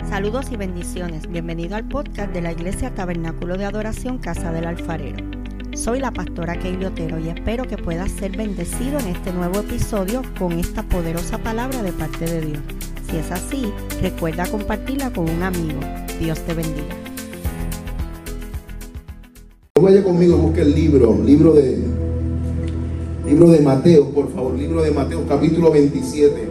Saludos y bendiciones. Bienvenido al podcast de la Iglesia Tabernáculo de Adoración Casa del Alfarero. Soy la pastora Keili Otero y espero que puedas ser bendecido en este nuevo episodio con esta poderosa palabra de parte de Dios. Si es así, recuerda compartirla con un amigo. Dios te bendiga. Vaya conmigo, busque el libro de Mateo, por favor, libro de Mateo, capítulo 27,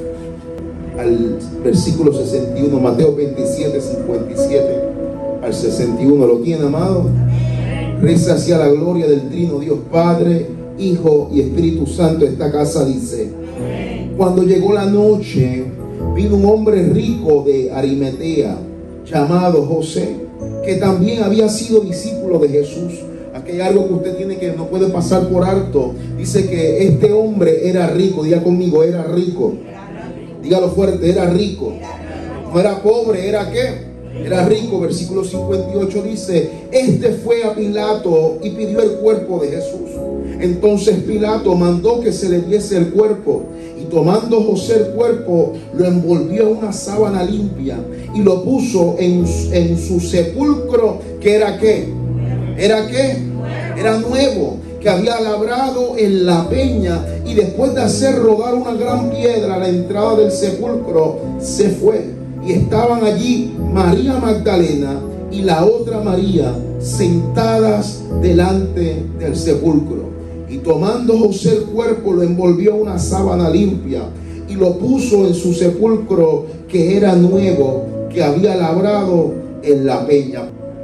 al versículo 61, Mateo 27, 57 al 61. ¿Lo tiene, amado? Reza hacia la gloria del Trino Dios Padre, Hijo y Espíritu Santo. Esta casa dice: cuando llegó la noche, vino un hombre rico de Arimatea, llamado José, que también había sido discípulo de Jesús. Aquí hay algo que usted tiene que no puede pasar por alto. Dice que este hombre era rico. Diga conmigo, era rico. Dígalo fuerte, era rico. No era pobre, ¿era qué? Era rico. Versículo 58 dice: este fue a Pilato y pidió el cuerpo de Jesús. Entonces Pilato mandó que se le diese el cuerpo, y tomando José el cuerpo, lo envolvió en una sábana limpia y lo puso en su sepulcro, que era ¿qué? ¿Era qué? Era nuevo, que había labrado en la peña, y después de hacer rodar una gran piedra a la entrada del sepulcro, se fue. Y estaban allí María Magdalena y la otra María sentadas delante del sepulcro. Y tomando José el cuerpo, lo envolvió en una sábana limpia y lo puso en su sepulcro, que era nuevo, que había labrado en la peña.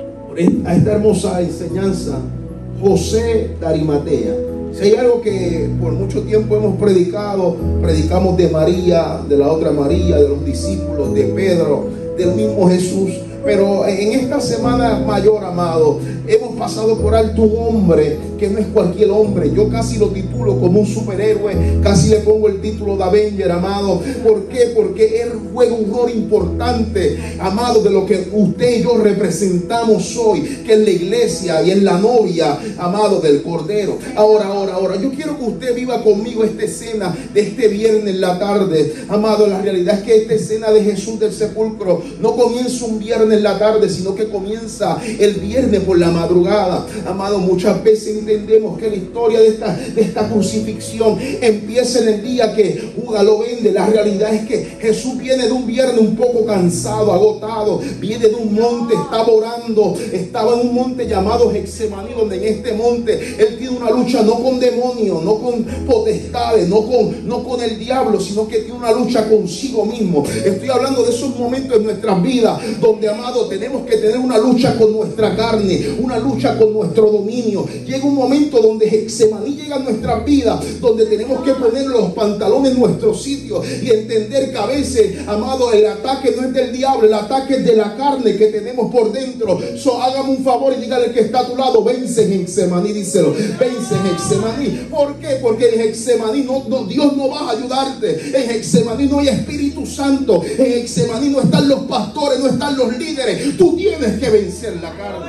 A esta hermosa enseñanza, José de Arimatea. Si hay algo que por mucho tiempo hemos predicamos de María, de la otra María, de los discípulos, de Pedro, del mismo Jesús. Pero en esta semana mayor, amado, hemos pasado por alto un hombre que no es cualquier hombre. Yo casi lo titulo como un superhéroe, casi le pongo el título de Avenger, amado. ¿Por qué? Porque él juega un rol importante, amado, de lo que usted y yo representamos hoy, que es la iglesia y es la novia, amado, del Cordero. Ahora, yo quiero que usted viva conmigo esta escena de este viernes en la tarde, amado. La realidad es que esta escena de Jesús del sepulcro no comienza un viernes en la tarde, sino que comienza el viernes por la madrugada. Amado, muchas veces entendemos que la historia de esta crucifixión empieza en el día que Judas lo vende. La realidad es que Jesús viene de un viernes un poco cansado, agotado, viene de un monte, estaba orando, estaba en un monte llamado Getsemaní, donde en este monte él tiene una lucha no con demonios, no con potestades, no con el diablo, sino que tiene una lucha consigo mismo. Estoy hablando de esos momentos en nuestras vidas donde, amado, tenemos que tener una lucha con nuestra carne, una lucha con nuestro dominio. Llega un momento donde Getsemaní llega a nuestras vidas, donde tenemos que poner los pantalones en nuestro sitio y entender que a veces, amado, el ataque no es del diablo, el ataque es de la carne que tenemos por dentro. Hágame un favor y dígale que está a tu lado: vence en Getsemaní, díselo, vence en Getsemaní. ¿Por qué? Porque en Getsemaní Dios no va a ayudarte. En Getsemaní no hay Espíritu Santo. En Getsemaní no están los pastores, no están los líderes. Tú tienes que vencer la carne.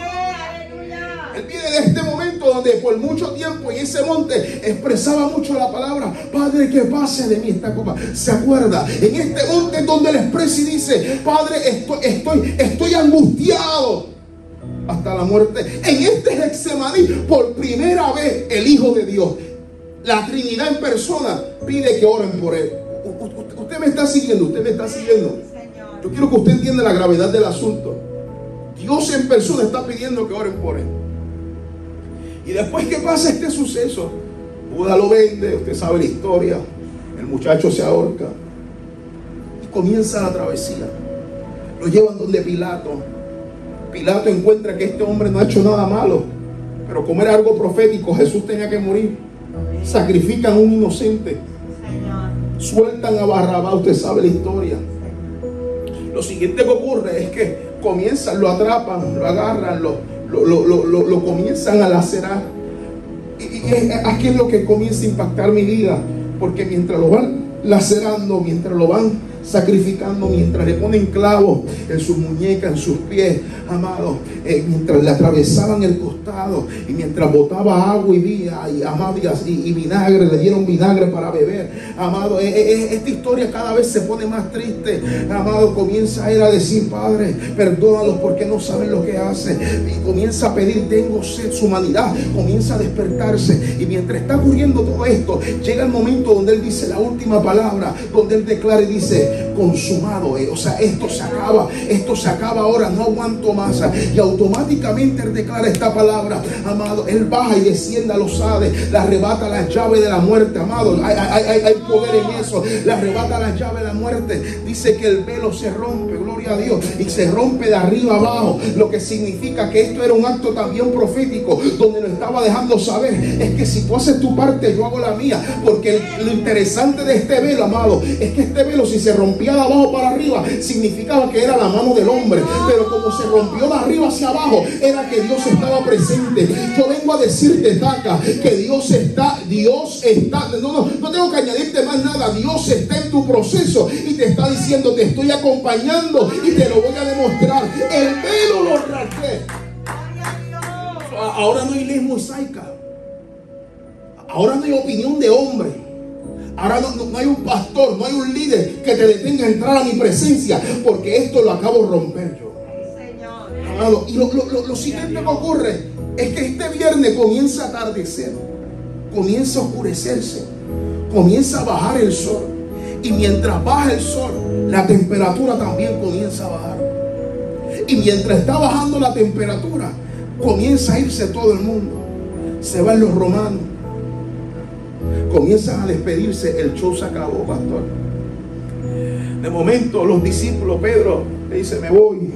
Él viene de este momento donde por mucho tiempo en ese monte expresaba mucho la palabra: Padre, que pase de mí esta copa. ¿Se acuerda? En este monte donde él expresa y dice: Padre, estoy angustiado hasta la muerte. En este Getsemaní, por primera vez, el Hijo de Dios, la Trinidad en persona, pide que oren por él. Usted me está siguiendo. Yo quiero que usted entienda la gravedad del asunto. Dios en persona está pidiendo que oren por él. Y después que pasa este suceso, Judas lo vende, usted sabe la historia. El muchacho se ahorca y comienza la travesía. Lo llevan donde Pilato. Pilato encuentra que este hombre no ha hecho nada malo, pero como era algo profético, Jesús tenía que morir. Sacrifican a un inocente, sueltan a Barrabás. Usted sabe la historia. Lo siguiente que ocurre es que lo atrapan, lo agarran, lo comienzan a lacerar. Y aquí es lo que comienza a impactar mi vida, porque mientras lo van lacerando, mientras lo van sacrificando mientras le ponen clavos en sus muñecas, en sus pies, amado, mientras le atravesaban el costado y mientras botaba agua y vinagre, le dieron vinagre para beber, amado. Esta historia cada vez se pone más triste, amado. Comienza a él a decir: Padre, perdónalos porque no saben lo que hacen, y comienza a pedir: tengo sed. Su humanidad comienza a despertarse, y mientras está ocurriendo todo esto, llega el momento donde él dice la última palabra, donde él declara y dice: consumado es. O sea, esto se acaba ahora, no aguanto más. Y automáticamente él declara esta palabra, amado. Él baja y desciende a los Hades, le arrebata las llaves de la muerte, amado. Hay poder en eso. Le arrebata las llaves de la muerte. Dice que el velo se rompe, gloria a Dios, y se rompe de arriba abajo, lo que significa que esto era un acto también profético, donde nos estaba dejando saber: es que si tú haces tu parte, yo hago la mía. Porque lo interesante de este velo, amado, es que este velo, si se rompía de abajo para arriba, significaba que era la mano del hombre, pero como se rompió de arriba hacia abajo, era que Dios estaba presente. Yo vengo a decirte, Taca, que Dios está, no tengo que añadirte más nada. Dios está en tu proceso y te está diciendo: te estoy acompañando y te lo voy a demostrar. El velo lo rasgué. Ahora no hay ley mosaica, ahora no hay opinión de hombre, ahora no hay un pastor, no hay un líder que te detenga a entrar a mi presencia, porque esto lo acabo de romper yo. Amado, y lo siguiente que ocurre es que este viernes comienza a atardecer, comienza a oscurecerse, comienza a bajar el sol, y mientras baja el sol, la temperatura también comienza a bajar, y mientras está bajando la temperatura, comienza a irse todo el mundo. Se van los romanos, comienzan a despedirse. El show se acabó, pastor. De momento los discípulos, Pedro le dice: me voy.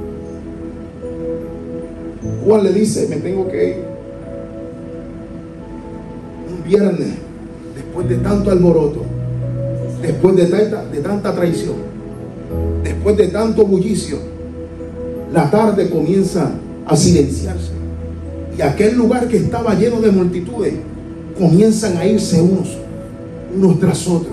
Juan le dice: me tengo que ir. Un viernes, después de tanto alboroto, después de tanta traición, después de tanto bullicio, la tarde comienza a silenciarse, y aquel lugar que estaba lleno de multitudes comienzan a irse unos tras otros.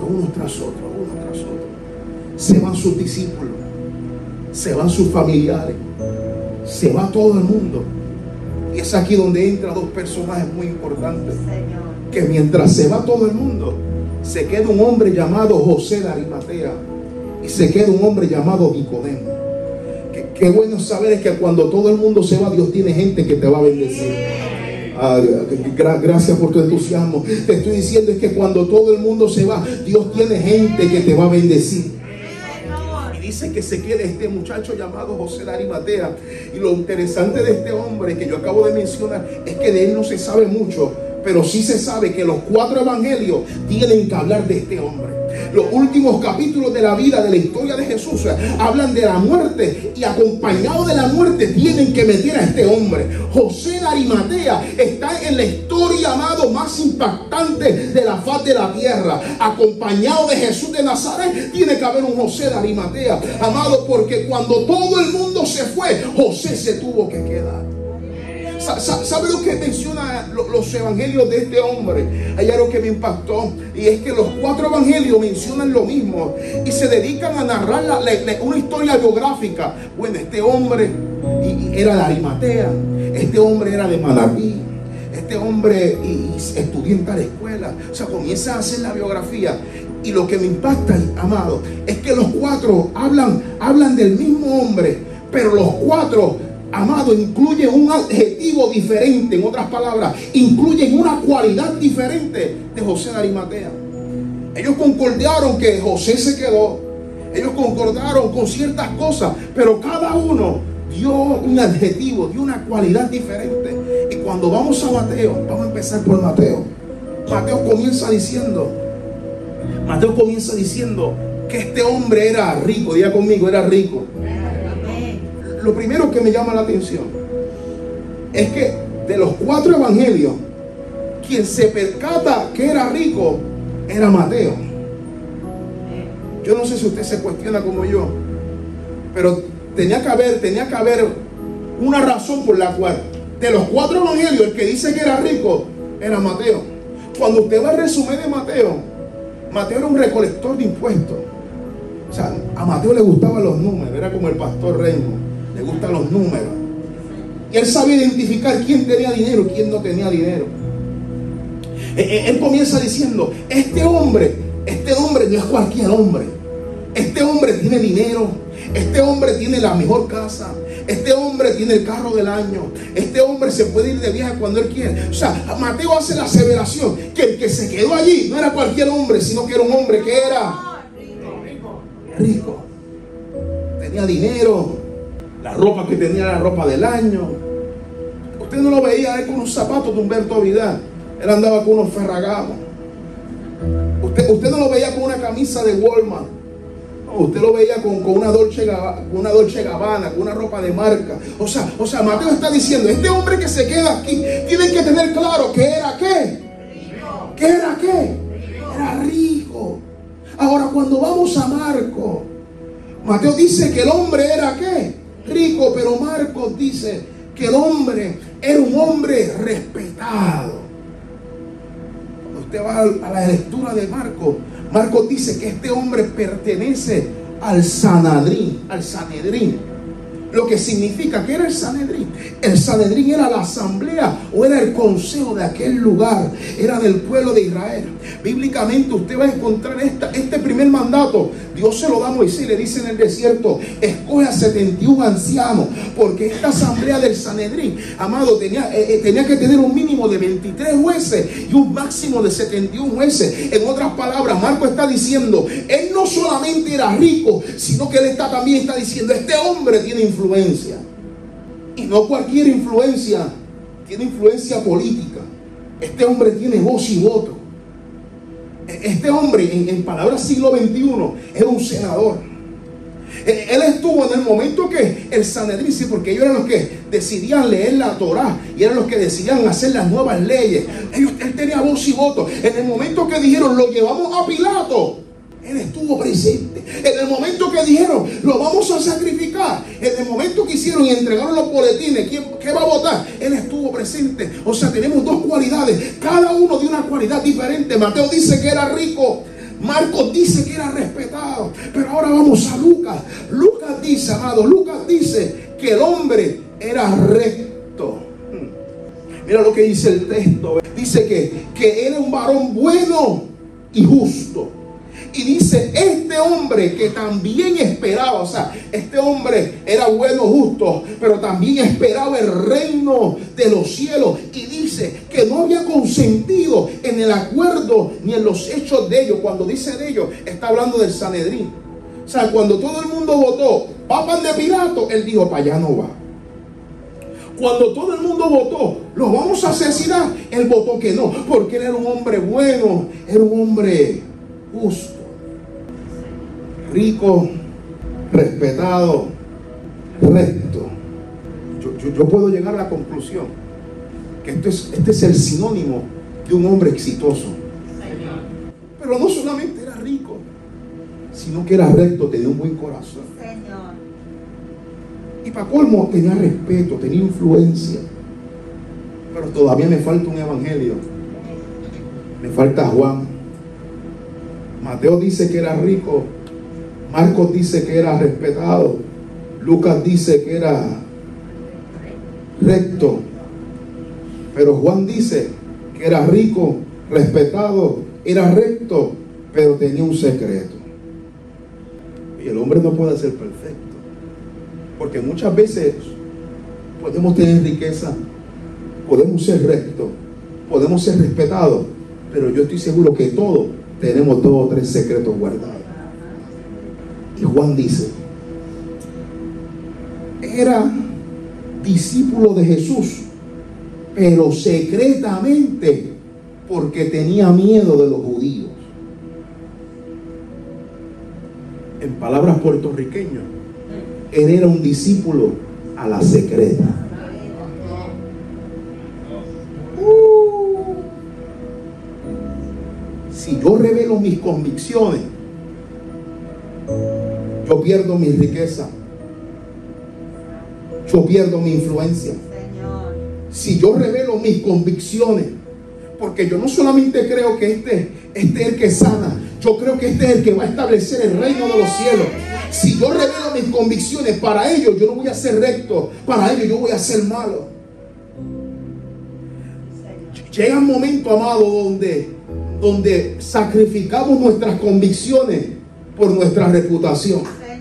Se van sus discípulos, se van sus familiares, se va todo el mundo. Y es aquí donde entran dos personajes muy importantes, que mientras se va todo el mundo, se queda un hombre llamado José de Arimatea y se queda un hombre llamado Nicodemo. Qué bueno saber es que cuando todo el mundo se va, Dios tiene gente que te va a bendecir. Gracias por tu entusiasmo. Te estoy diciendo es que cuando todo el mundo se va, Dios tiene gente que te va a bendecir. Y dice que se queda este muchacho llamado José de Arimatea. Y lo interesante de este hombre que yo acabo de mencionar es que de él no se sabe mucho, pero sí se sabe que los 4 evangelios tienen que hablar de este hombre. Los últimos capítulos de la vida, de la historia de Jesús, hablan de la muerte, y acompañado de la muerte tienen que meter a este hombre. José de Arimatea está en la historia, amado, más impactante de la faz de la tierra. Acompañado de Jesús de Nazaret, tiene que haber un José de Arimatea, amado, porque cuando todo el mundo se fue, José se tuvo que quedar. ¿Sabe lo que menciona los evangelios de este hombre? Hay algo que me impactó, y es que los 4 evangelios mencionan lo mismo y se dedican a narrar una historia biográfica. Bueno, este hombre era de Arimatea, este hombre era de Manabí, este hombre estudió en tal escuela. O sea, comienza a hacer la biografía. Y lo que me impacta, amado, es que los 4 hablan del mismo hombre, pero los 4, amado, incluyen un adjetivo diferente. En otras palabras, incluyen una cualidad diferente de José de Arimatea. Ellos concordaron que José se quedó, ellos concordaron con ciertas cosas, pero cada uno dio un adjetivo, dio una cualidad diferente. Y cuando vamos a Mateo, vamos a empezar por Mateo. Mateo comienza diciendo que este hombre era rico. Diga conmigo, era rico. Lo primero que me llama la atención es que de los 4 evangelios, quien se percata que era rico era Mateo. Yo no sé si usted se cuestiona como yo, pero tenía que haber una razón por la cual de los 4 evangelios el que dice que era rico era Mateo. Cuando usted va al resumen de Mateo era un recolector de impuestos. O sea, a Mateo le gustaban los números, era como el pastor Raymond, le gustan los números. Y él sabía identificar quién tenía dinero y quién no tenía dinero. Él comienza diciendo, este hombre no es cualquier hombre. Este hombre tiene dinero, este hombre tiene la mejor casa, este hombre tiene el carro del año, este hombre se puede ir de viaje cuando él quiere. O sea, Mateo hace la aseveración que el que se quedó allí no era cualquier hombre, sino que era un hombre que era rico. Tenía dinero, la ropa que tenía era la ropa del año. Usted no lo veía con unos zapatos de Humberto Vidal, él andaba con unos Ferragamo. Usted no lo veía con una camisa de Walmart. Usted lo veía con una Dolce Gabbana, con una ropa de marca. O sea, Mateo está diciendo, este hombre que se queda aquí, tienen que tener claro que era ¿qué? ¿Qué era qué? Era rico. Ahora, cuando vamos a Marcos, Mateo dice que el hombre era ¿qué? Rico, pero Marcos dice que el hombre era un hombre respetado. Cuando usted va a la lectura de Marcos dice que este hombre pertenece al Sanedrín. Lo que significa que era el Sanedrín. El Sanedrín era la asamblea o era el consejo de aquel lugar. Era del pueblo de Israel. Bíblicamente usted va a encontrar este primer mandato. Dios se lo da a Moisés y le dice en el desierto, escoge a 71 ancianos, porque esta asamblea del Sanedrín, amado, tenía que tener un mínimo de 23 jueces y un máximo de 71 jueces. En otras palabras, Marcos está diciendo, él no solamente era rico, sino que él también está diciendo, este hombre tiene influencia. Y no cualquier influencia, tiene influencia política. Este hombre tiene voz y voto. Este hombre, en palabras siglo XXI, era un senador. Él estuvo en el momento que el Sanedrín, sí, porque ellos eran los que decidían leer la Torá y eran los que decidían hacer las nuevas leyes. Él tenía voz y voto. En el momento que dijeron, lo llevamos a Pilato, él estuvo presente. En el momento que dijeron, lo vamos a sacrificar, en el momento que hicieron y entregaron los boletines, ¿qué va a votar? Él estuvo presente. O sea, tenemos dos cualidades, cada uno de una cualidad diferente. Mateo dice que era rico, Marcos dice que era respetado. Pero ahora vamos a Lucas. Lucas dice, amado, Lucas dice que el hombre era recto. Mira lo que dice el texto. Dice que era un varón bueno y justo. Y dice, este hombre que también esperaba, o sea, este hombre era bueno, justo, pero también esperaba el reino de los cielos. Y dice que no había consentido en el acuerdo ni en los hechos de ellos. Cuando dice de ellos, está hablando del Sanedrín. O sea, cuando todo el mundo votó, va para el de Pilato, él dijo, para allá no va. Cuando todo el mundo votó, lo vamos a asesinar, él votó que no, porque él era un hombre bueno, era un hombre justo, rico, respetado, recto. Yo puedo llegar a la conclusión que este es el sinónimo de un hombre exitoso. Pero no solamente era rico, sino que era recto, tenía un buen corazón. Y para colmo tenía respeto, tenía influencia. Pero todavía me falta un evangelio. Me falta Juan. Mateo dice que era rico, Marcos dice que era respetado, Lucas dice que era recto, pero Juan dice que era rico, respetado, era recto, pero tenía un secreto. Y el hombre no puede ser perfecto, porque muchas veces podemos tener riqueza, podemos ser rectos, podemos ser respetados, pero yo estoy seguro que todos tenemos 2 o 3 secretos guardados. Y Juan dice, era discípulo de Jesús, pero secretamente, porque tenía miedo de los judíos. En palabras puertorriqueñas, él era un discípulo a la secreta. Si yo revelo mis convicciones, yo pierdo mi riqueza, yo pierdo mi influencia. Si yo revelo mis convicciones, porque yo no solamente creo que este es el que sana, Yo creo que este es el que va a establecer el reino de los cielos. Si yo revelo mis convicciones, para ellos yo no voy a ser recto, para ellos yo voy a ser malo. Llega un momento, amado, donde sacrificamos nuestras convicciones por nuestra reputación.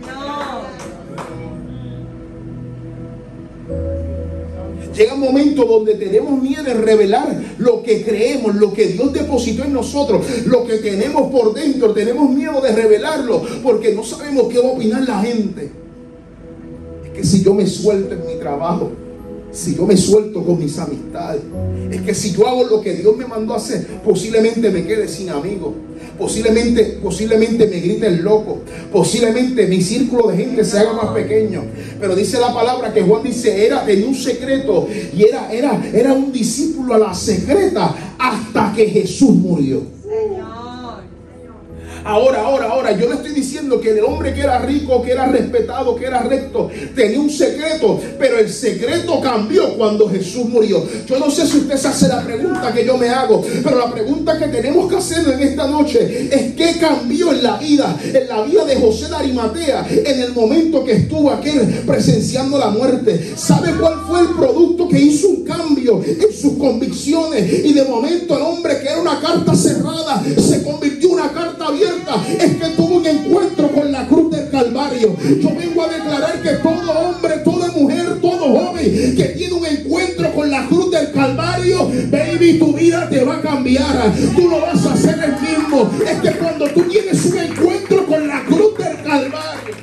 Llega un momento donde tenemos miedo de revelar lo que creemos, lo que Dios depositó en nosotros, lo que tenemos por dentro. Tenemos miedo de revelarlo porque no sabemos qué va a opinar la gente. Es que si yo me suelto en mi trabajo, si yo me suelto con mis amistades, es que si yo hago lo que Dios me mandó a hacer, posiblemente me quede sin amigos, posiblemente me griten loco, posiblemente mi círculo de gente se haga más pequeño. Pero dice la palabra que Juan dice, tenía un secreto y era un discípulo a la secreta hasta que Jesús murió. Ahora, yo le estoy diciendo que el hombre que era rico, que era respetado, que era recto, tenía un secreto, pero el secreto cambió cuando Jesús murió. Yo no sé si usted se hace la pregunta que yo me hago, pero la pregunta que tenemos que hacer en esta noche es ¿qué cambió en la vida de José de Arimatea en el momento que estuvo aquel presenciando la muerte? ¿Sabe cuál fue el producto que hizo un cambio en sus convicciones? Y de momento el hombre que era una carta cerrada se convirtió en una carta abierta. Es que tuvo un encuentro con la cruz del Calvario. Yo vengo a declarar que todo hombre, toda mujer, todo joven que tiene un encuentro con la cruz del Calvario, baby, tu vida te va a cambiar. Tú no vas a ser el mismo. Es que cuando tú tienes un encuentro con la cruz del Calvario,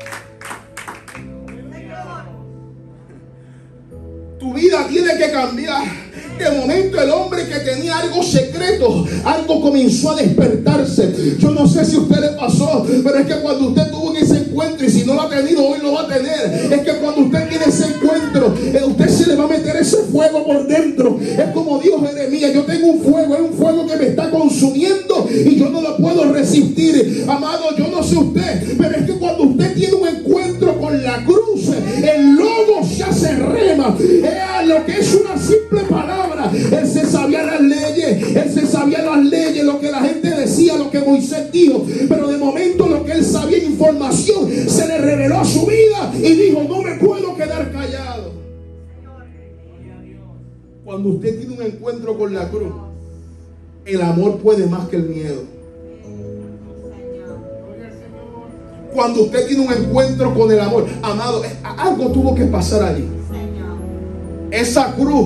tu vida tiene que cambiar. De momento el hombre que tenía algo secreto, algo comenzó a despertarse. Yo no sé si a usted le pasó, pero es que cuando usted tuvo ese encuentro, y si no lo ha tenido hoy lo va a tener, es que cuando usted tiene ese encuentro, usted se le va a meter ese fuego por dentro. Es como dijo Jeremías, yo tengo un fuego, es un fuego que me está consumiendo y yo no lo puedo resistir. Amado, yo no sé usted, pero es que cuando usted tiene un encuentro con la cruz, el lobo ya se rema. Lo que es una simple palabra. Él se sabía las leyes, lo que la gente decía, lo que Moisés dijo, pero de momento lo que él sabía, información, se le reveló a su vida y dijo, no me puedo quedar callado. Cuando usted tiene un encuentro con la cruz, el amor puede más que el miedo. Cuando usted tiene un encuentro con el amor, amado, algo tuvo que pasar allí. Esa cruz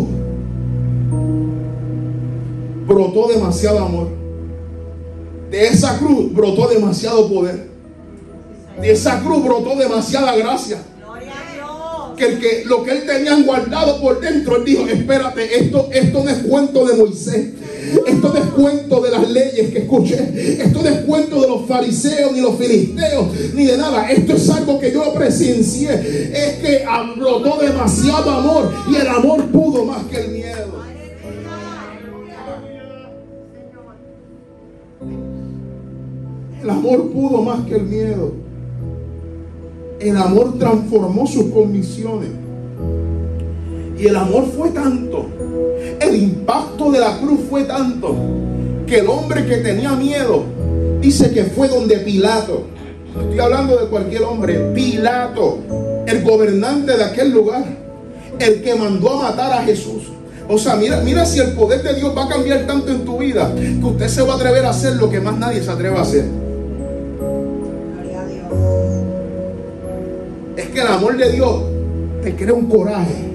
brotó demasiado amor. De esa cruz brotó demasiado poder. De esa cruz brotó demasiada gracia. Que lo que él tenía guardado por dentro, él dijo, espérate, esto no es cuento de Moisés, esto no es cuento de las leyes que escuché, esto no es cuento de los fariseos, ni los filisteos, ni de nada, esto es algo que yo presencié. Es que brotó demasiado amor y el amor pudo más que el miedo. El amor pudo más que el miedo. El amor transformó sus convicciones. Y el amor fue tanto, el impacto de la cruz fue tanto, que el hombre que tenía miedo dice que fue donde Pilato. No estoy hablando de cualquier hombre. Pilato, el gobernante de aquel lugar, el que mandó a matar a Jesús. O sea, mira si el poder de Dios va a cambiar tanto en tu vida, que usted se va a atrever a hacer lo que más nadie se atreve a hacer. Es que el amor de Dios te crea un coraje.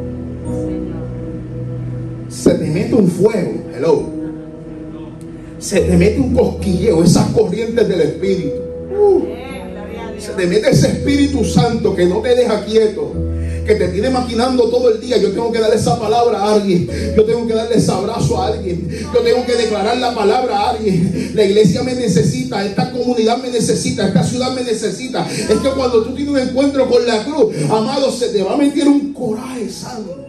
Se te mete un fuego. Hello. Se te mete un cosquilleo. Esas corrientes del Espíritu. Se te mete ese Espíritu Santo que no te deja quieto, que te tiene maquinando todo el día. Yo tengo que darle esa palabra a alguien, yo tengo que darle ese abrazo a alguien, yo tengo que declarar la palabra a alguien. La iglesia me necesita, esta comunidad me necesita, esta ciudad me necesita. Es que cuando tú tienes un encuentro con la cruz, amado, se te va a meter un coraje santo,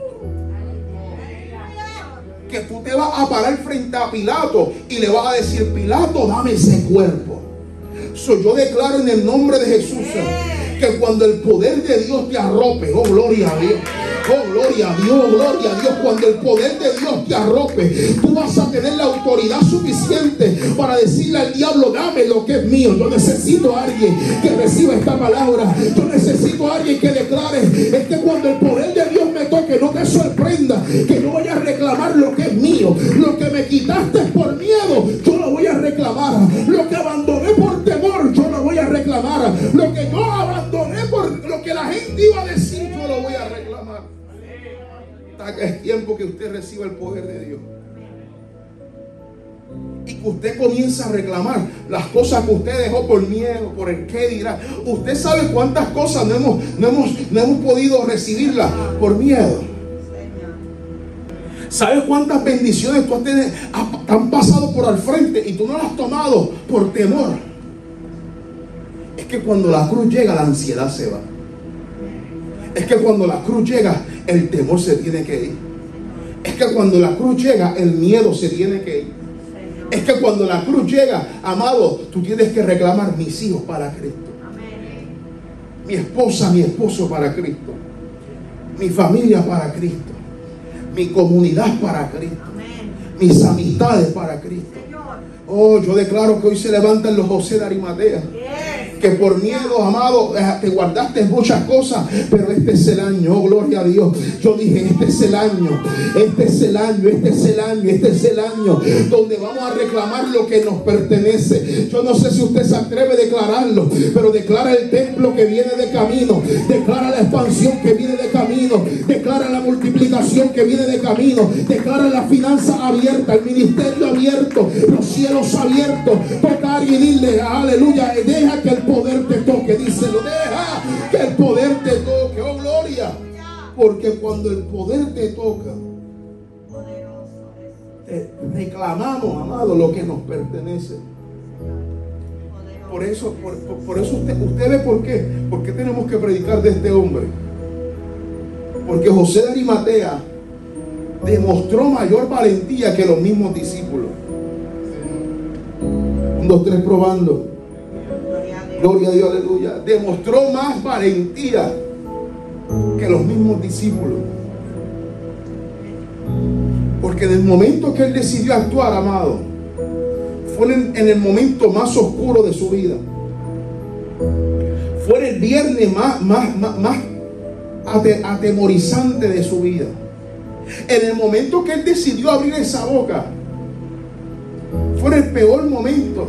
que tú te vas a parar frente a Pilato y le vas a decir, Pilato, dame ese cuerpo. Yo declaro en el nombre de Jesús que cuando el poder de Dios te arrope, oh gloria a Dios, Oh, gloria a Dios, gloria a Dios. Cuando el poder de Dios te arrope, tú vas a tener la autoridad suficiente para decirle al diablo: dame lo que es mío. Yo necesito a alguien que reciba esta palabra. Yo necesito a alguien que declare: es que cuando el poder de Dios me toque, no te sorprenda que no voy a reclamar lo que es mío. Lo que me quitaste por miedo, yo lo voy a reclamar. Lo que abandoné por temor, yo lo voy a reclamar. Lo que yo abandoné por lo que la gente iba a decir, yo lo voy a reclamar. Es tiempo que usted reciba el poder de Dios y que usted comience a reclamar las cosas que usted dejó por miedo, por el qué dirá. Usted sabe cuántas cosas no hemos podido recibirlas por miedo. ¿Sabes cuántas bendiciones tú han pasado por al frente y tú no las has tomado por temor? Es que cuando la cruz llega, la ansiedad se va. Es que cuando la cruz llega, el temor se tiene que ir. Es que cuando la cruz llega, el miedo se tiene que ir. Es que cuando la cruz llega, amado, tú tienes que reclamar: mis hijos para Cristo, mi esposa, mi esposo para Cristo, mi familia para Cristo, mi comunidad para Cristo, mis amistades para Cristo. Oh, yo declaro que hoy se levantan los José de Arimatea, que por miedo, amado, te guardaste muchas cosas, pero este es el año. Oh, gloria a Dios. Yo dije: este es el año, este es el año, este es el año, este es el año donde vamos a reclamar lo que nos pertenece. Yo no sé si usted se atreve a declararlo, pero declara el templo que viene de camino, declara la expansión que viene de camino, declara la multiplicación que viene de camino, declara la finanza abierta, el ministerio abierto, los cielos abiertos. Tocar y dile: aleluya, deja que el poder te toque. Díselo: deja que el poder te toque. Oh, gloria. Porque cuando el poder te toca, reclamamos, amado, lo que nos pertenece. Por eso usted ve por qué tenemos que predicar de este hombre. Porque José de Arimatea demostró mayor valentía que los mismos discípulos. 1, 2, 3, probando. Gloria a Dios, aleluya. Demostró más valentía que los mismos discípulos. Porque en el momento que él decidió actuar, amado, fue en el momento más oscuro de su vida. Fue en el viernes más atemorizante de su vida. En el momento que él decidió abrir esa boca, fue el peor momento.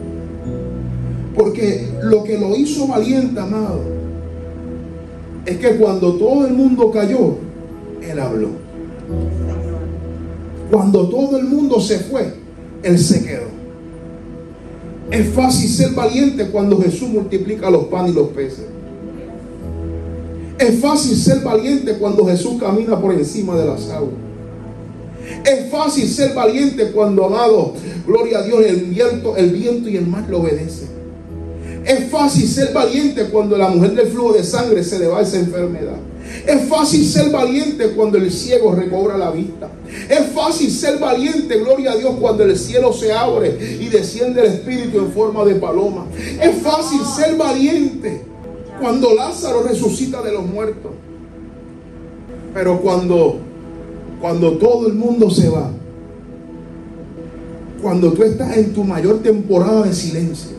Porque lo que lo hizo valiente, amado, es que cuando todo el mundo cayó, él habló. Cuando todo el mundo se fue, él se quedó. Es fácil ser valiente cuando Jesús multiplica los panes y los peces. Es fácil ser valiente cuando Jesús camina por encima de las aguas. Es fácil ser valiente cuando, amado, gloria a Dios, el viento y el mar lo obedecen. Es fácil ser valiente cuando la mujer del flujo de sangre se le va esa enfermedad. Es fácil ser valiente cuando el ciego recobra la vista. Es fácil ser valiente, gloria a Dios, cuando el cielo se abre y desciende el Espíritu en forma de paloma. Es fácil ser valiente cuando Lázaro resucita de los muertos. Pero cuando todo el mundo se va, cuando tú estás en tu mayor temporada de silencio,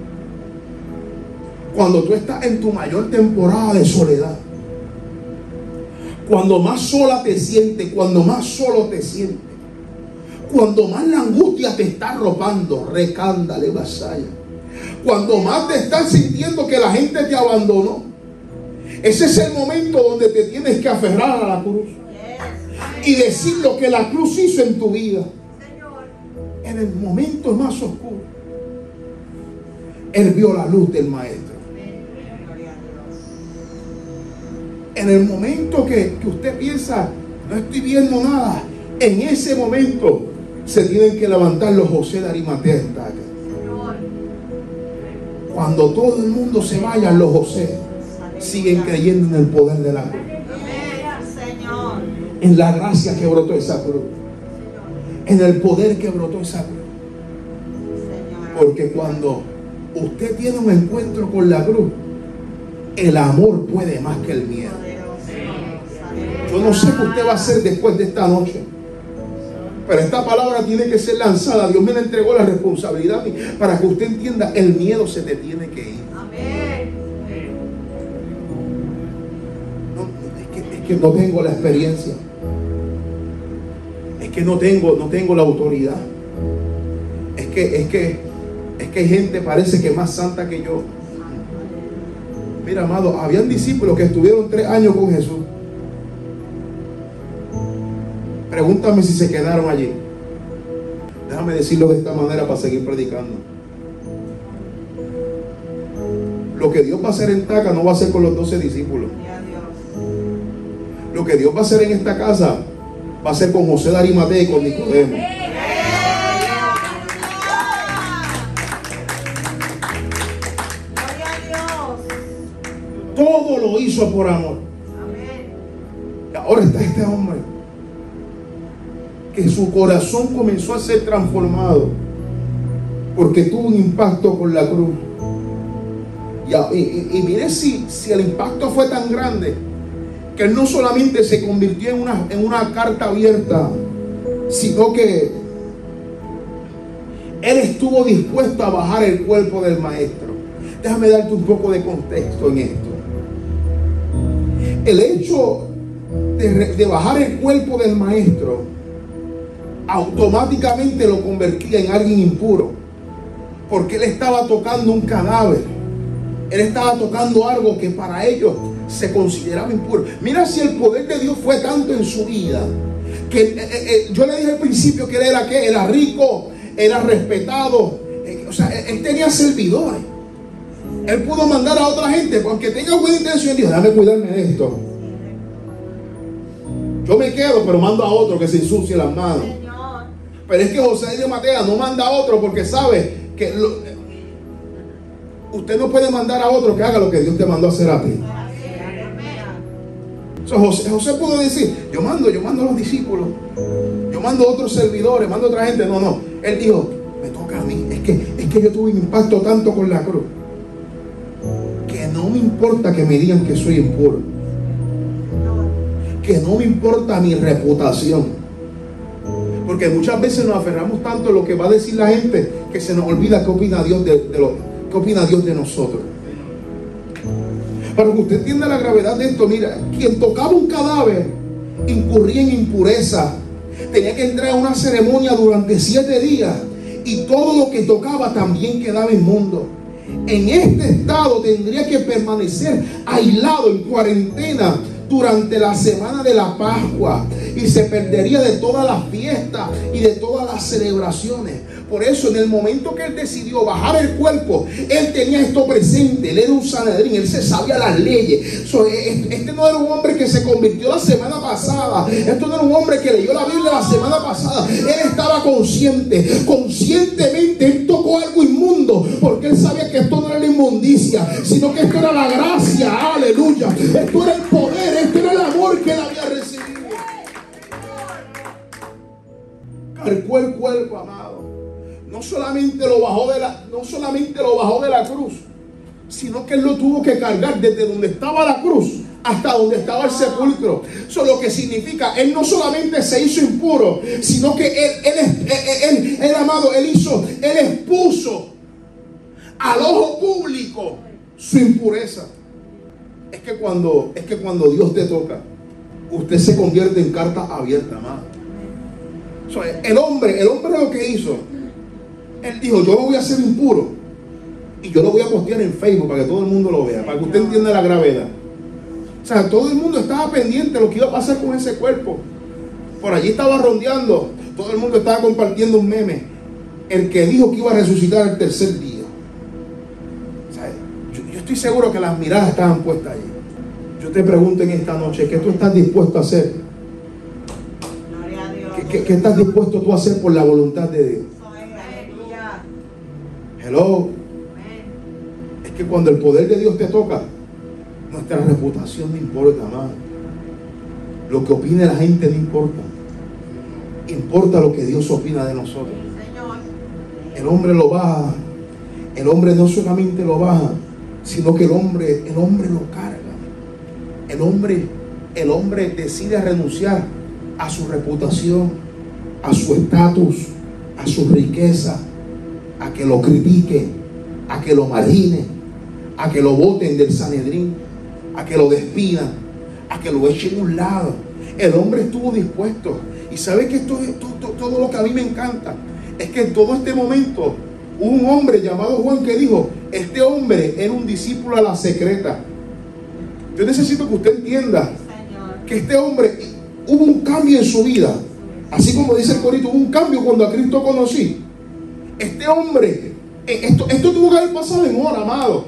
cuando tú estás en tu mayor temporada de soledad, cuando más sola te sientes, cuando más solo te sientes, cuando más la angustia te está arropando, recándale vasalla, cuando más te estás sintiendo que la gente te abandonó, ese es el momento donde te tienes que aferrar a la cruz y decir lo que la cruz hizo en tu vida. En el momento más oscuro, él vio la luz del Maestro. En el momento que usted piensa, no estoy viendo nada, en ese momento se tienen que levantar los José de Arimatea estaca. Cuando todo el mundo se vaya, los José siguen creyendo en el poder de la cruz, en la gracia que brotó esa cruz, en el poder que brotó esa cruz. Porque cuando usted tiene un encuentro con la cruz, el amor puede más que el miedo. Yo no sé qué usted va a hacer después de esta noche, pero esta palabra tiene que ser lanzada. Dios me la entregó la responsabilidad para que usted entienda, el miedo se te tiene que ir. Amén. No, es que no tengo la experiencia. Es que no tengo la autoridad. Es que hay gente, parece que más santa que yo. Mira, amado, habían discípulos que estuvieron 3 años con Jesús. Pregúntame si se quedaron allí. Déjame decirlo de esta manera para seguir predicando. Lo que Dios va a hacer en Taca no va a ser con los 12 discípulos. Lo que Dios va a hacer en esta casa va a ser con José de Arimatea y con Nicodemo. Todo lo hizo por amor. Y ahora está este hombre que su corazón comenzó a ser transformado porque tuvo un impacto con la cruz. Y mire si el impacto fue tan grande que él no solamente se convirtió en una carta abierta, sino que él estuvo dispuesto a bajar el cuerpo del maestro. Déjame darte un poco de contexto en esto. El hecho de bajar el cuerpo del maestro automáticamente lo convertía en alguien impuro, porque él estaba tocando un cadáver. Él estaba tocando algo que para ellos se consideraba impuro. Mira si el poder de Dios fue tanto en su vida que yo le dije al principio que él era rico, era respetado, o sea, él tenía servidores. Él pudo mandar a otra gente, porque tenga buena intención, dijo, déjame cuidarme de esto. Yo me quedo, pero mando a otro que se ensucie las manos. Pero es que José de Arimatea no manda a otro porque sabe que usted no puede mandar a otro que haga lo que Dios te mandó a hacer a ti. José pudo decir, yo mando a los discípulos, yo mando a otros servidores, mando a otra gente. No, él dijo, me toca a mí. Es que yo tuve un impacto tanto con la cruz que no me importa que me digan que soy impuro, que no me importa mi reputación, porque muchas veces nos aferramos tanto a lo que va a decir la gente que se nos olvida qué opina Dios qué opina Dios de nosotros. Para que usted entienda la gravedad de esto, mira, quien tocaba un cadáver incurría en impureza, tenía que entrar a una ceremonia durante 7 días y todo lo que tocaba también quedaba inmundo. En este estado tendría que permanecer aislado en cuarentena durante la semana de la Pascua y se perdería de todas las fiestas y de todas las celebraciones. Por eso, en el momento que él decidió bajar el cuerpo, él tenía esto presente. Él era un Sanedrín, él se sabía las leyes. Este no era un hombre que se convirtió la semana pasada. Esto no era un hombre que leyó la Biblia la semana pasada. Él estaba conscientemente él tocó algo inmundo, porque él sabía que esto no era la inmundicia, sino que esto era la gracia. Aleluya. Esto era el poder, esto era el amor que él había recibido. Cargó el cuerpo, amado. No solamente lo bajó de la cruz, sino que él lo tuvo que cargar desde donde estaba la cruz hasta donde estaba el sepulcro. Eso lo que significa, él no solamente se hizo impuro, sino que él amado, él expuso al ojo público su impureza. Es que cuando Dios te toca, usted se convierte en carta abierta, amado. El hombre lo que hizo, él dijo, yo lo voy a hacer impuro y yo lo voy a postear en Facebook para que todo el mundo lo vea, para que usted entienda la gravedad. O sea, todo el mundo estaba pendiente de lo que iba a pasar con ese cuerpo. Por allí estaba rondeando, todo el mundo estaba compartiendo un meme, el que dijo que iba a resucitar el tercer día. O sea, yo estoy seguro que las miradas estaban puestas allí. Yo te pregunto en esta noche, ¿qué tú estás dispuesto a hacer? ¿Qué estás dispuesto tú a hacer por la voluntad de Dios? Hello. Es que cuando el poder de Dios te toca, nuestra reputación no importa, amado. Lo que opine la gente no importa. Importa lo que Dios opina de nosotros. El hombre lo baja. El hombre no solamente lo baja, sino que el hombre lo carga. El hombre el hombre decide renunciar a su reputación, a su estatus, a su riqueza, a que lo critiquen, a que lo marginen, a que lo boten del Sanedrín, a que lo despidan, a que lo echen a un lado. El hombre estuvo dispuesto. Y sabe que todo lo que a mí me encanta es que en todo este momento hubo un hombre llamado Juan que dijo: este hombre era un discípulo a la secreta. Yo necesito que usted entienda que este hombre, hubo un cambio en su vida. Así como dice el corito, hubo un cambio cuando a Cristo conocí. Este hombre, esto tuvo que haber pasado en hora, amado.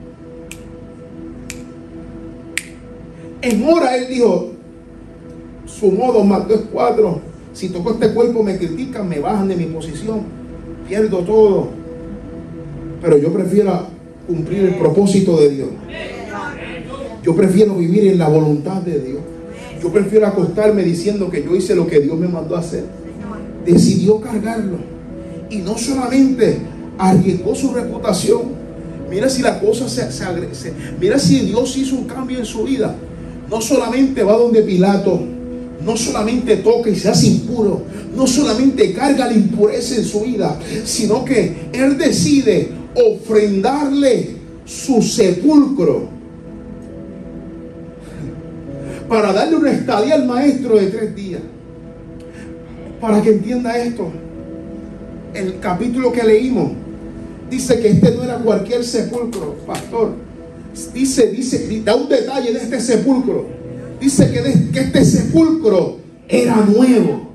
En hora él dijo: sumó 2 más 2 es 4. Si toco este cuerpo me critican, me bajan de mi posición, pierdo todo. Pero yo prefiero cumplir el propósito de Dios. Yo prefiero vivir en la voluntad de Dios. Yo prefiero acostarme diciendo que yo hice lo que Dios me mandó a hacer. Decidió cargarlo. Y no solamente arriesgó su reputación. Mira si la cosa mira si Dios hizo un cambio en su vida. No solamente va donde Pilato, no solamente toca y se hace impuro, no solamente carga la impureza en su vida, sino que él decide ofrendarle su sepulcro para darle una estadía al maestro de 3 días. Para que entienda esto, el capítulo que leímos dice que este no era cualquier sepulcro, pastor. Dice, da un detalle de este sepulcro. Dice que este sepulcro era nuevo.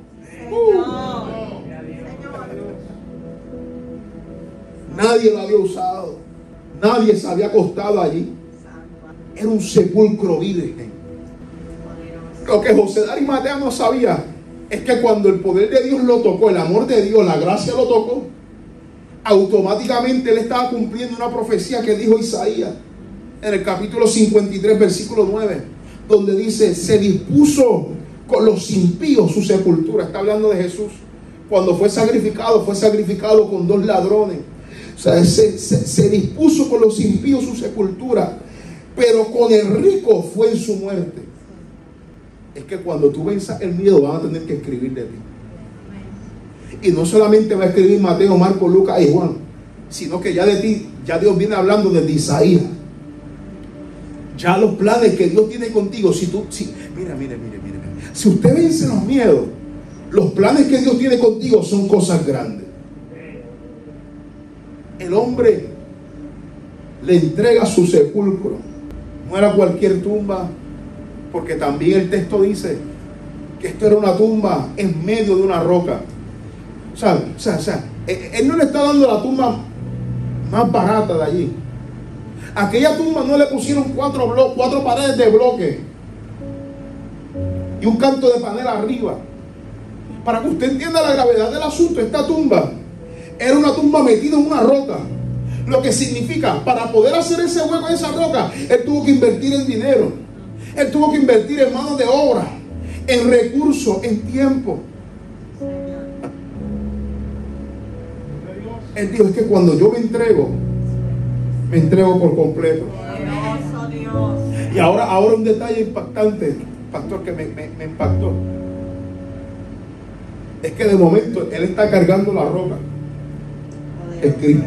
Nadie lo había usado. Nadie se había acostado allí. Era un sepulcro virgen. Lo que José de Arimatea no sabía es que cuando el poder de Dios lo tocó, el amor de Dios, la gracia lo tocó, automáticamente él estaba cumpliendo una profecía que dijo Isaías en el capítulo 53, versículo 9, donde dice: se dispuso con los impíos su sepultura. Está hablando de Jesús. Cuando fue sacrificado con 2 ladrones. O sea, se dispuso con los impíos su sepultura, pero con el rico fue en su muerte. Es que cuando tú venzas el miedo, van a tener que escribir de ti. Y no solamente va a escribir Mateo, Marcos, Lucas y Juan, sino que ya de ti, ya Dios viene hablando desde Isaías. Ya los planes que Dios tiene contigo, mira, si usted vence los miedos, los planes que Dios tiene contigo son cosas grandes. El hombre le entrega su sepulcro. No era cualquier tumba, porque también el texto dice que esto era una tumba en medio de una roca. O sea, él no le está dando la tumba más barata de allí. Aquella tumba no le pusieron 4 paredes de bloque y un canto de panela arriba. Para que usted entienda la gravedad del asunto, esta tumba era una tumba metida en una roca. Lo que significa, para poder hacer ese hueco en esa roca, él tuvo que invertir en dinero. Él tuvo que invertir en mano de obra, en recursos, en tiempo. Él dijo: es que cuando yo me entrego por completo. Y ahora un detalle impactante, pastor, que me impactó. Es que de momento él está cargando la roca. Es Cristo.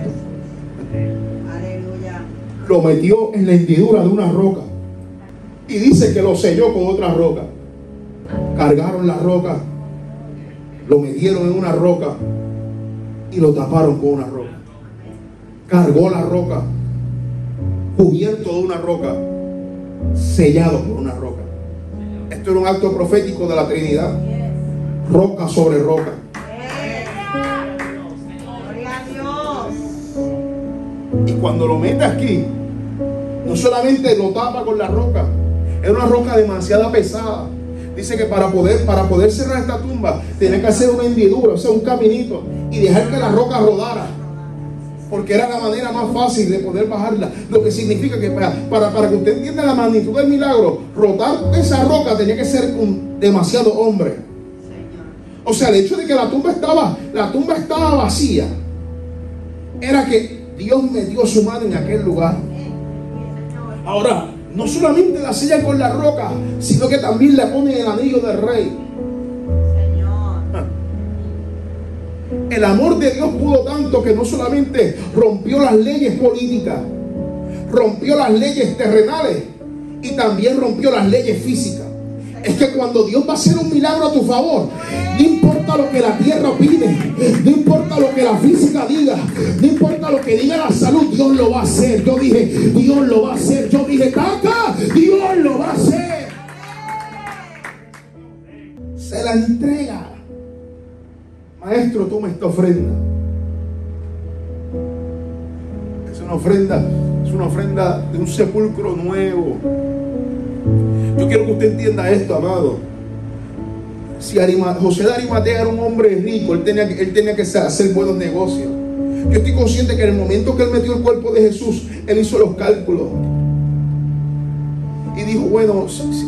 Lo metió en la hendidura de una roca. Y dice que lo selló con otra roca. Cargaron la roca, lo metieron en una roca y lo taparon con una roca. Cargó la roca, cubierto de una roca, sellado por una roca. Esto era un acto profético de la Trinidad. Roca sobre roca. Y cuando lo mete aquí, no solamente lo tapa con la roca, era una roca demasiado pesada. Dice que para poder cerrar esta tumba tenía que hacer una hendidura, o sea, un caminito, y dejar que la roca rodara, porque era la manera más fácil de poder bajarla. Lo que significa que para que usted entienda la magnitud del milagro, rotar esa roca tenía que ser un demasiado hombre. O sea, el hecho de que la tumba estaba vacía era que Dios metió su mano en aquel lugar. Ahora, no solamente la sella con la roca, sino que también le ponen el anillo del rey. El amor de Dios pudo tanto que no solamente rompió las leyes políticas, rompió las leyes terrenales y también rompió las leyes físicas. Es que cuando Dios va a hacer un milagro a tu favor, no importa lo que la tierra opine, no importa lo que la física diga, no importa lo que diga la salud, Dios lo va a hacer. Yo dije, Dios lo va a hacer. Yo dije, Tata, Dios lo va a hacer. Se la entrega. Maestro, toma esta ofrenda. Es una ofrenda de un sepulcro nuevo. Yo quiero que usted entienda esto, amado. Si José de Arimatea era un hombre rico, él tenía que hacer buenos negocios. Yo estoy consciente que en el momento que él metió el cuerpo de Jesús, él hizo los cálculos y dijo, bueno,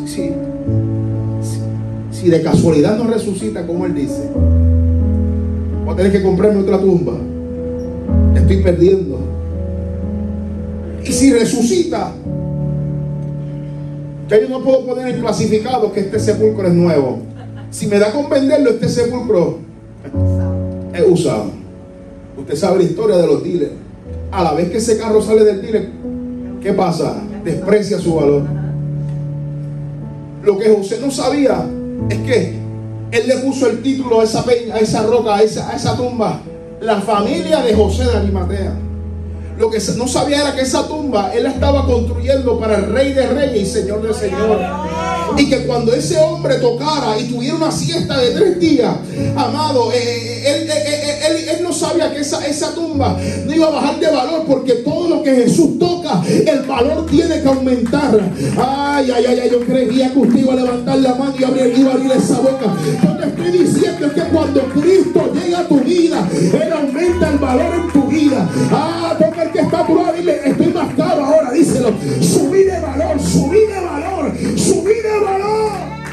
si de casualidad no resucita, como él dice, voy a tener que comprarme otra tumba. Estoy perdiendo. Y si resucita, ya yo no puedo poner en clasificado que este sepulcro es nuevo. Si me da con venderlo, este sepulcro es usado. Usted sabe la historia de los dealers. A la vez que ese carro sale del dealer, ¿qué pasa? Desprecia su valor. Lo que José no sabía es que él le puso el título a esa peña, a esa roca, a esa tumba, la familia de José de Arimatea. Lo que no sabía era que esa tumba él la estaba construyendo para el Rey de Reyes y Señor de Señores. Y que cuando ese hombre tocara y tuviera una siesta de 3 días, amado, él no sabía que esa tumba no iba a bajar de valor, porque todo lo que Jesús toca, el valor tiene que aumentar. Ay, yo creía que usted iba a levantar la mano y iba a abrir esa boca. Yo te estoy diciendo que cuando Cristo llega a tu vida, Él aumenta el valor en tu vida. Toca el que está a tu lado, dile, estoy más caro ahora, díselo. Subí de valor, subí de valor, subí de valor.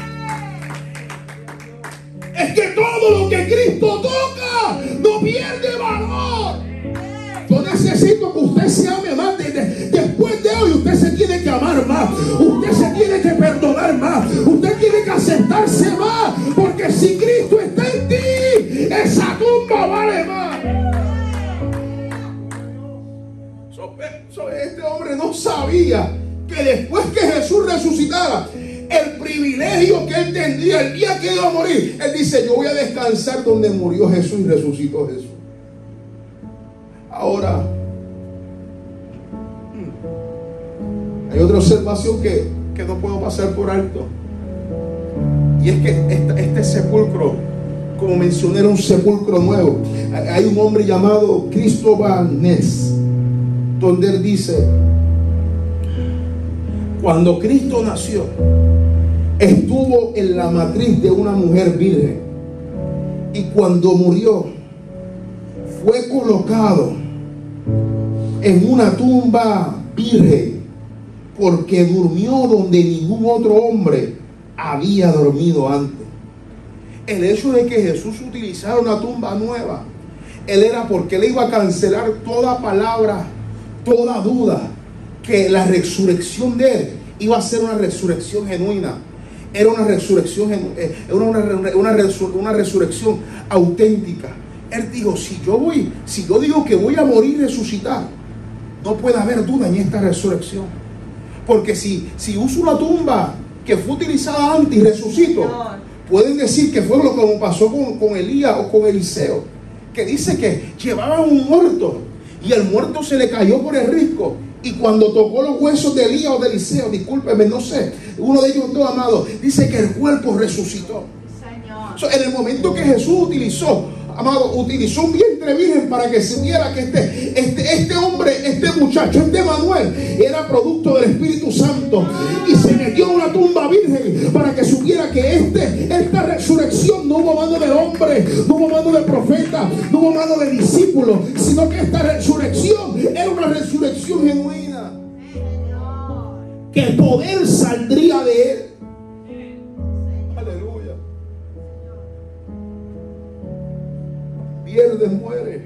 Es que todo lo que Cristo toca no pierde valor. Yo necesito que usted se ame más. Después de hoy usted se tiene que amar más. Usted se tiene que perdonar más. Usted tiene que aceptarse más. Porque si Cristo está en ti, esa tumba vale más. Este hombre no sabía que después que Jesús resucitara, el privilegio que él tendría el día que iba a morir, él dice, yo voy a descansar donde murió Jesús y resucitó Jesús. Ahora, hay otra observación que no puedo pasar por alto, y es que este sepulcro, como mencioné, era un sepulcro nuevo. Hay un hombre llamado Cristóbal Ness, donde él dice, cuando Cristo nació, estuvo en la matriz de una mujer virgen, y cuando murió, fue colocado en una tumba virgen, porque durmió donde ningún otro hombre había dormido antes. El hecho de que Jesús utilizara una tumba nueva, él era porque él iba a cancelar toda palabra, toda duda, que la resurrección de él iba a ser una resurrección genuina. Era una resurrección, una resurrección auténtica. Él dijo, si yo digo que voy a morir y resucitar, no puede haber duda en esta resurrección. Porque si uso una tumba que fue utilizada antes y resucito, pueden decir que fue lo como pasó con Elías o con Eliseo, que dice que llevaban un muerto y el muerto se le cayó por el risco, y cuando tocó los huesos de Elías o de Eliseo, discúlpeme, no sé, uno de ellos dos, amado, dice que el cuerpo resucitó. En el momento que Jesús utilizó un vientre virgen para que se viera que este hombre, este muchacho, este Manuel, era producto del Espíritu Santo, y se metió en una tumba virgen para que supiera que esta resurrección no hubo mano de hombre, no hubo mano de profeta, no hubo mano de discípulo, sino que esta resurrección era una resurrección genuina, que el poder saldría de él. Viernes muere,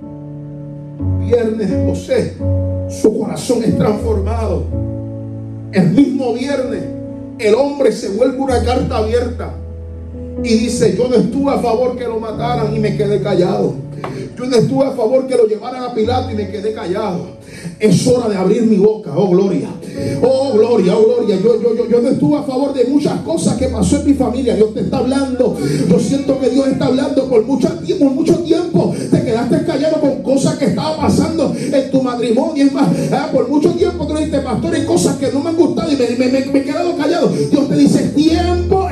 viernes José, su corazón es transformado, El mismo viernes, el hombre se vuelve una carta abierta y dice: yo no estuve a favor que lo mataran y me quedé callado. Yo no estuve a favor que lo llevaran a Pilato y me quedé callado. Es hora de abrir mi boca. Oh gloria, oh gloria, oh gloria. Yo no estuve a favor de muchas cosas que pasó en mi familia. Dios te está hablando. Yo siento que Dios está hablando. Por mucho tiempo te quedaste callado con cosas que estaban pasando en tu matrimonio. Es más, por mucho tiempo tú dijiste: pastor, hay cosas que no me han gustado y me he quedado callado. Dios te dice: es tiempo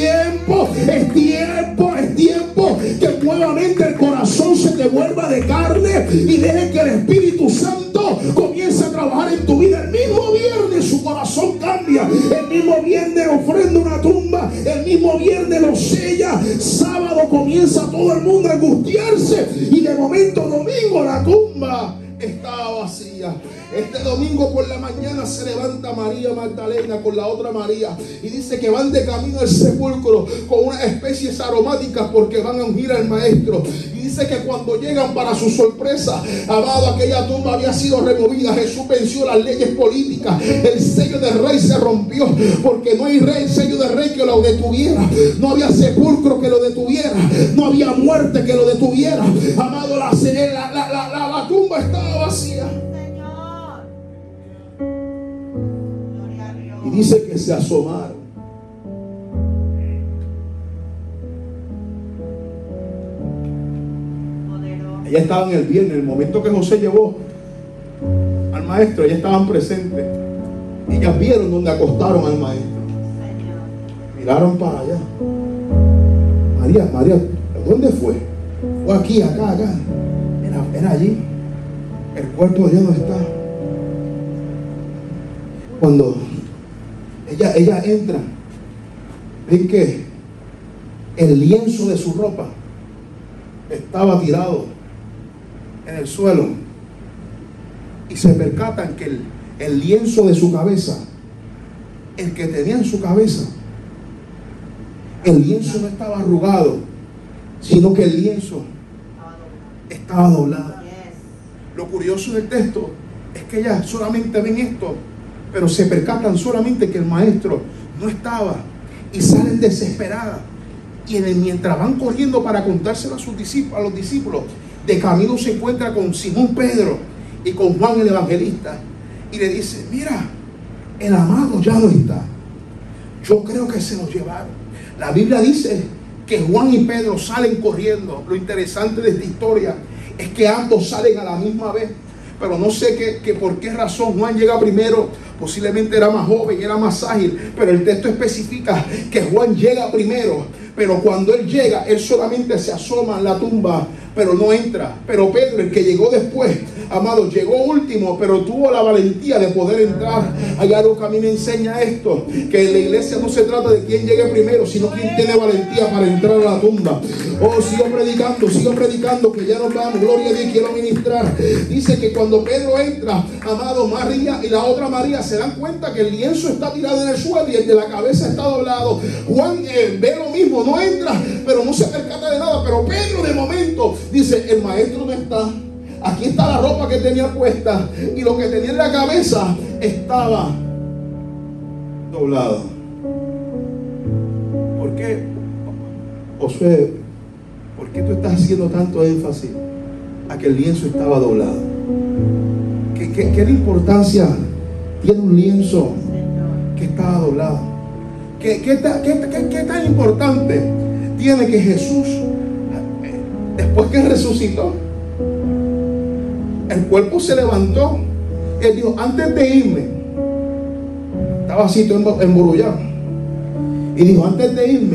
que nuevamente el corazón se te vuelva de carne y deje que el Espíritu Santo comience a trabajar en tu vida. El mismo viernes su corazón cambia. El mismo viernes ofrenda una tumba. El mismo viernes lo sella. Sábado comienza todo el mundo a angustiarse y de momento domingo la tumba estaba vacía. Este domingo por la mañana se levanta María Magdalena con la otra María y dice que van de camino al sepulcro con unas especies aromáticas porque van a ungir al maestro. Y dice que cuando llegan, para su sorpresa, amado, aquella tumba había sido removida. Jesús venció las leyes políticas. El sello del rey se rompió porque no hay rey, sello del rey que lo detuviera. No había sepulcro que lo detuviera. No había muerte que lo detuviera. Amado, la tumba estaba vacía. Y dice que se asomaron. Ellas estaban el viernes, el momento que José llevó al maestro, ellas estaban presentes. Ellas vieron donde acostaron al maestro. Miraron para allá. María, ¿dónde fue? Fue aquí, acá. Era allí. El cuerpo ya no está. Cuando ella entra, ven que el lienzo de su ropa estaba tirado en el suelo y se percatan que el lienzo de su cabeza, el que tenía en su cabeza, el lienzo no estaba arrugado, sino que el lienzo estaba doblado. Lo curioso del texto es que ellas solamente ven esto, pero se percatan solamente que el maestro no estaba y salen desesperadas. Y mientras van corriendo para contárselo a los discípulos, de camino se encuentra con Simón Pedro y con Juan el evangelista y le dice: mira, el amado ya no está. Yo creo que se lo llevaron. La Biblia dice que Juan y Pedro salen corriendo. Lo interesante de esta historia es que ambos salen a la misma vez. Pero no sé por qué razón Juan llega primero. Posiblemente era más joven, era más ágil. Pero el texto especifica que Juan llega primero. Pero cuando él llega, él solamente se asoma en la tumba, pero no entra. Pero Pedro, el que llegó después, amado, llegó último, pero tuvo la valentía de poder entrar. Hay algo que a mí me enseña esto, que en la iglesia no se trata de quién llegue primero, sino quién tiene valentía para entrar a la tumba. Oh, sigo predicando, que ya nos vamos. Gloria a Dios, quiero ministrar. Dice que cuando Pedro entra, amado, María y la otra María se dan cuenta que el lienzo está tirado en el suelo y el de la cabeza está doblado. Juan ve lo mismo, no entra, pero no se percata de nada. Pero Pedro de momento dice: el maestro no está. Aquí está la ropa que tenía puesta y lo que tenía en la cabeza estaba doblado. ¿Por qué, Josué? ¿Por qué tú estás haciendo tanto énfasis a que el lienzo estaba doblado? ¿Qué importancia tiene un lienzo que estaba doblado? ¿Qué tan importante tiene que Jesús, después que resucitó, el cuerpo se levantó? Él dijo: antes de irme, estaba así todo emburullado, y dijo: antes de irme,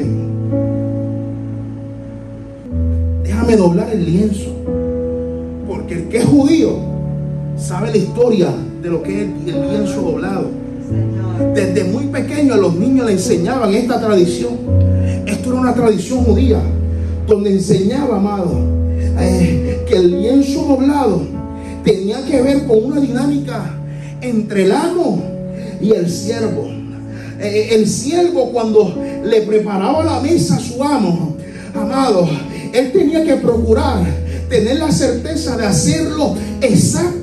déjame doblar el lienzo, porque el que es judío sabe la historia de lo que es el lienzo doblado. Desde muy pequeño a los niños le enseñaban esta tradición. Esto era una tradición judía donde enseñaba, amado, que el lienzo doblado tenía que ver con una dinámica entre el amo y el siervo. El siervo, cuando le preparaba la mesa a su amo, amado, él tenía que procurar tener la certeza de hacerlo exacto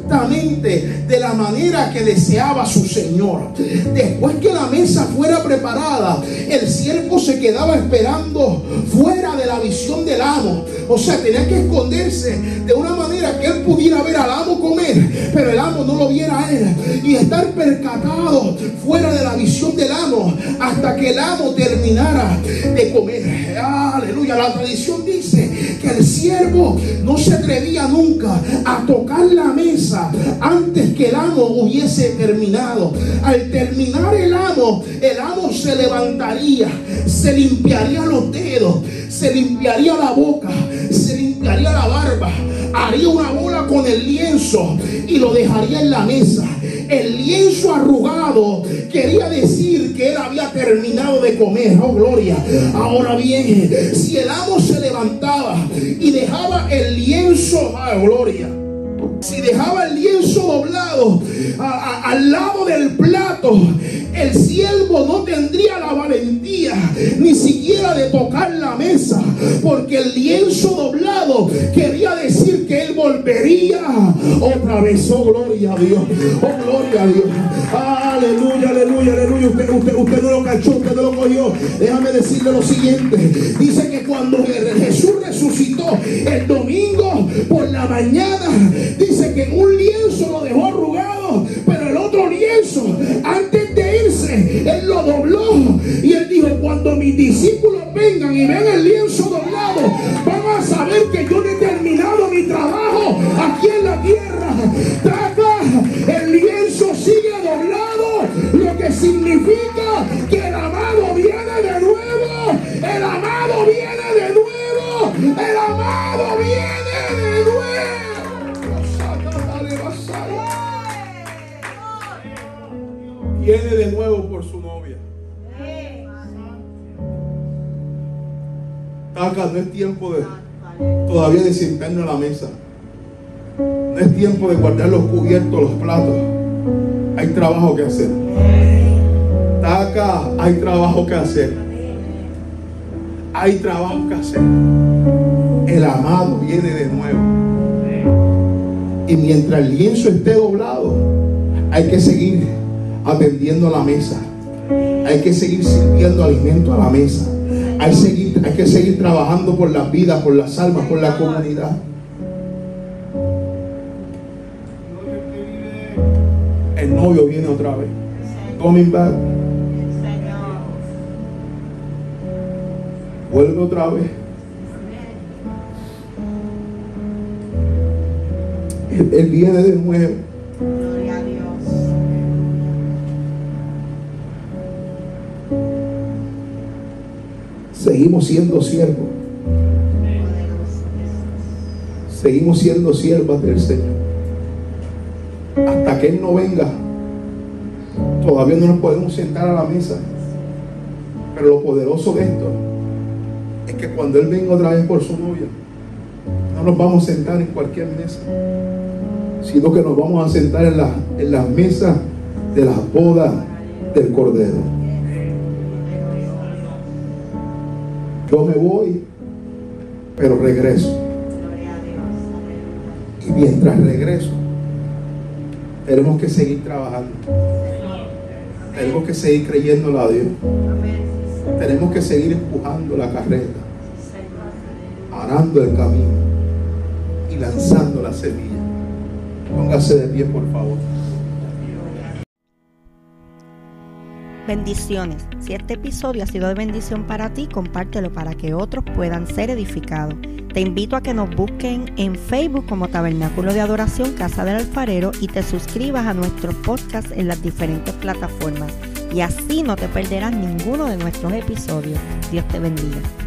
exactamente de la manera que deseaba su señor. Después que la mesa fuera preparada, el siervo se quedaba esperando fuera de la visión del amo. O sea, tenía que esconderse de una manera que él pudiera ver al amo comer, pero el amo no lo viera a él, y estar percatado fuera de la visión del amo hasta que el amo terminara de comer. Aleluya. La tradición dice que el siervo no se atrevía nunca a tocar la mesa antes que el amo hubiese terminado. Al terminar el amo se levantaría, se limpiaría los dedos, se limpiaría la boca, se limpiaría la barba, haría una bola con el lienzo y lo dejaría en la mesa. El lienzo arrugado quería decir que él había terminado de comer. Oh, gloria. Ahora bien, si el amo se levantaba y dejaba el lienzo, gloria, si dejaba el lienzo doblado al lado del plato, el siervo no tendría la valentía ni siquiera de tocar la mesa, porque el lienzo doblado quería decir que él volvería otra vez. Oh, gloria a Dios. Oh, gloria a Dios. Aleluya, aleluya, aleluya. Usted no lo cachó, usted no lo cogió. Déjame decirle lo siguiente. Dice que cuando Jesús resucitó el domingo por la mañana, dice que un lienzo lo dejó arrugado, pero el otro lienzo, antes de irse, él lo dobló. Y él dijo: cuando mis discípulos vengan y vean el lienzo doblado, van a saber que yo no he terminado mi trabajo aquí en la tierra. El lienzo sigue doblado, lo que significa que el amado viene de nuevo. El amado viene de nuevo. El amado viene de nuevo. Viene de nuevo por su novia. Acá no es tiempo todavía de sentarnos a la mesa. No es tiempo de guardar los cubiertos, los platos. Hay trabajo que hacer. Acá hay trabajo que hacer. Hay trabajo que hacer. El amado viene de nuevo. Y mientras el lienzo esté doblado, hay que seguir atendiendo a la mesa. Hay que seguir sirviendo alimento a la mesa. Hay que seguir trabajando por las vidas, por las almas, por la comunidad. El novio viene otra vez. Coming back. Vuelve otra vez. Él viene de nuevo. Gloria a Dios. Seguimos siendo siervos. Seguimos siendo siervas del Señor. Hasta que Él no venga, todavía no nos podemos sentar a la mesa. Pero lo poderoso de esto es que cuando Él venga otra vez por su novia, no nos vamos a sentar en cualquier mesa, sino que nos vamos a sentar en las mesas de las bodas del Cordero. Yo me voy, pero regreso. Y mientras regreso, tenemos que seguir trabajando. Tenemos que seguir creyéndole a Dios. Tenemos que seguir empujando la carrera, arando el camino y lanzando la semilla. Póngase de pie, por favor. Bendiciones. Si este episodio ha sido de bendición para ti, compártelo para que otros puedan ser edificados. Te invito a que nos busquen en Facebook como Tabernáculo de Adoración Casa del Alfarero y te suscribas a nuestros podcasts en las diferentes plataformas. Y así no te perderás ninguno de nuestros episodios. Dios te bendiga.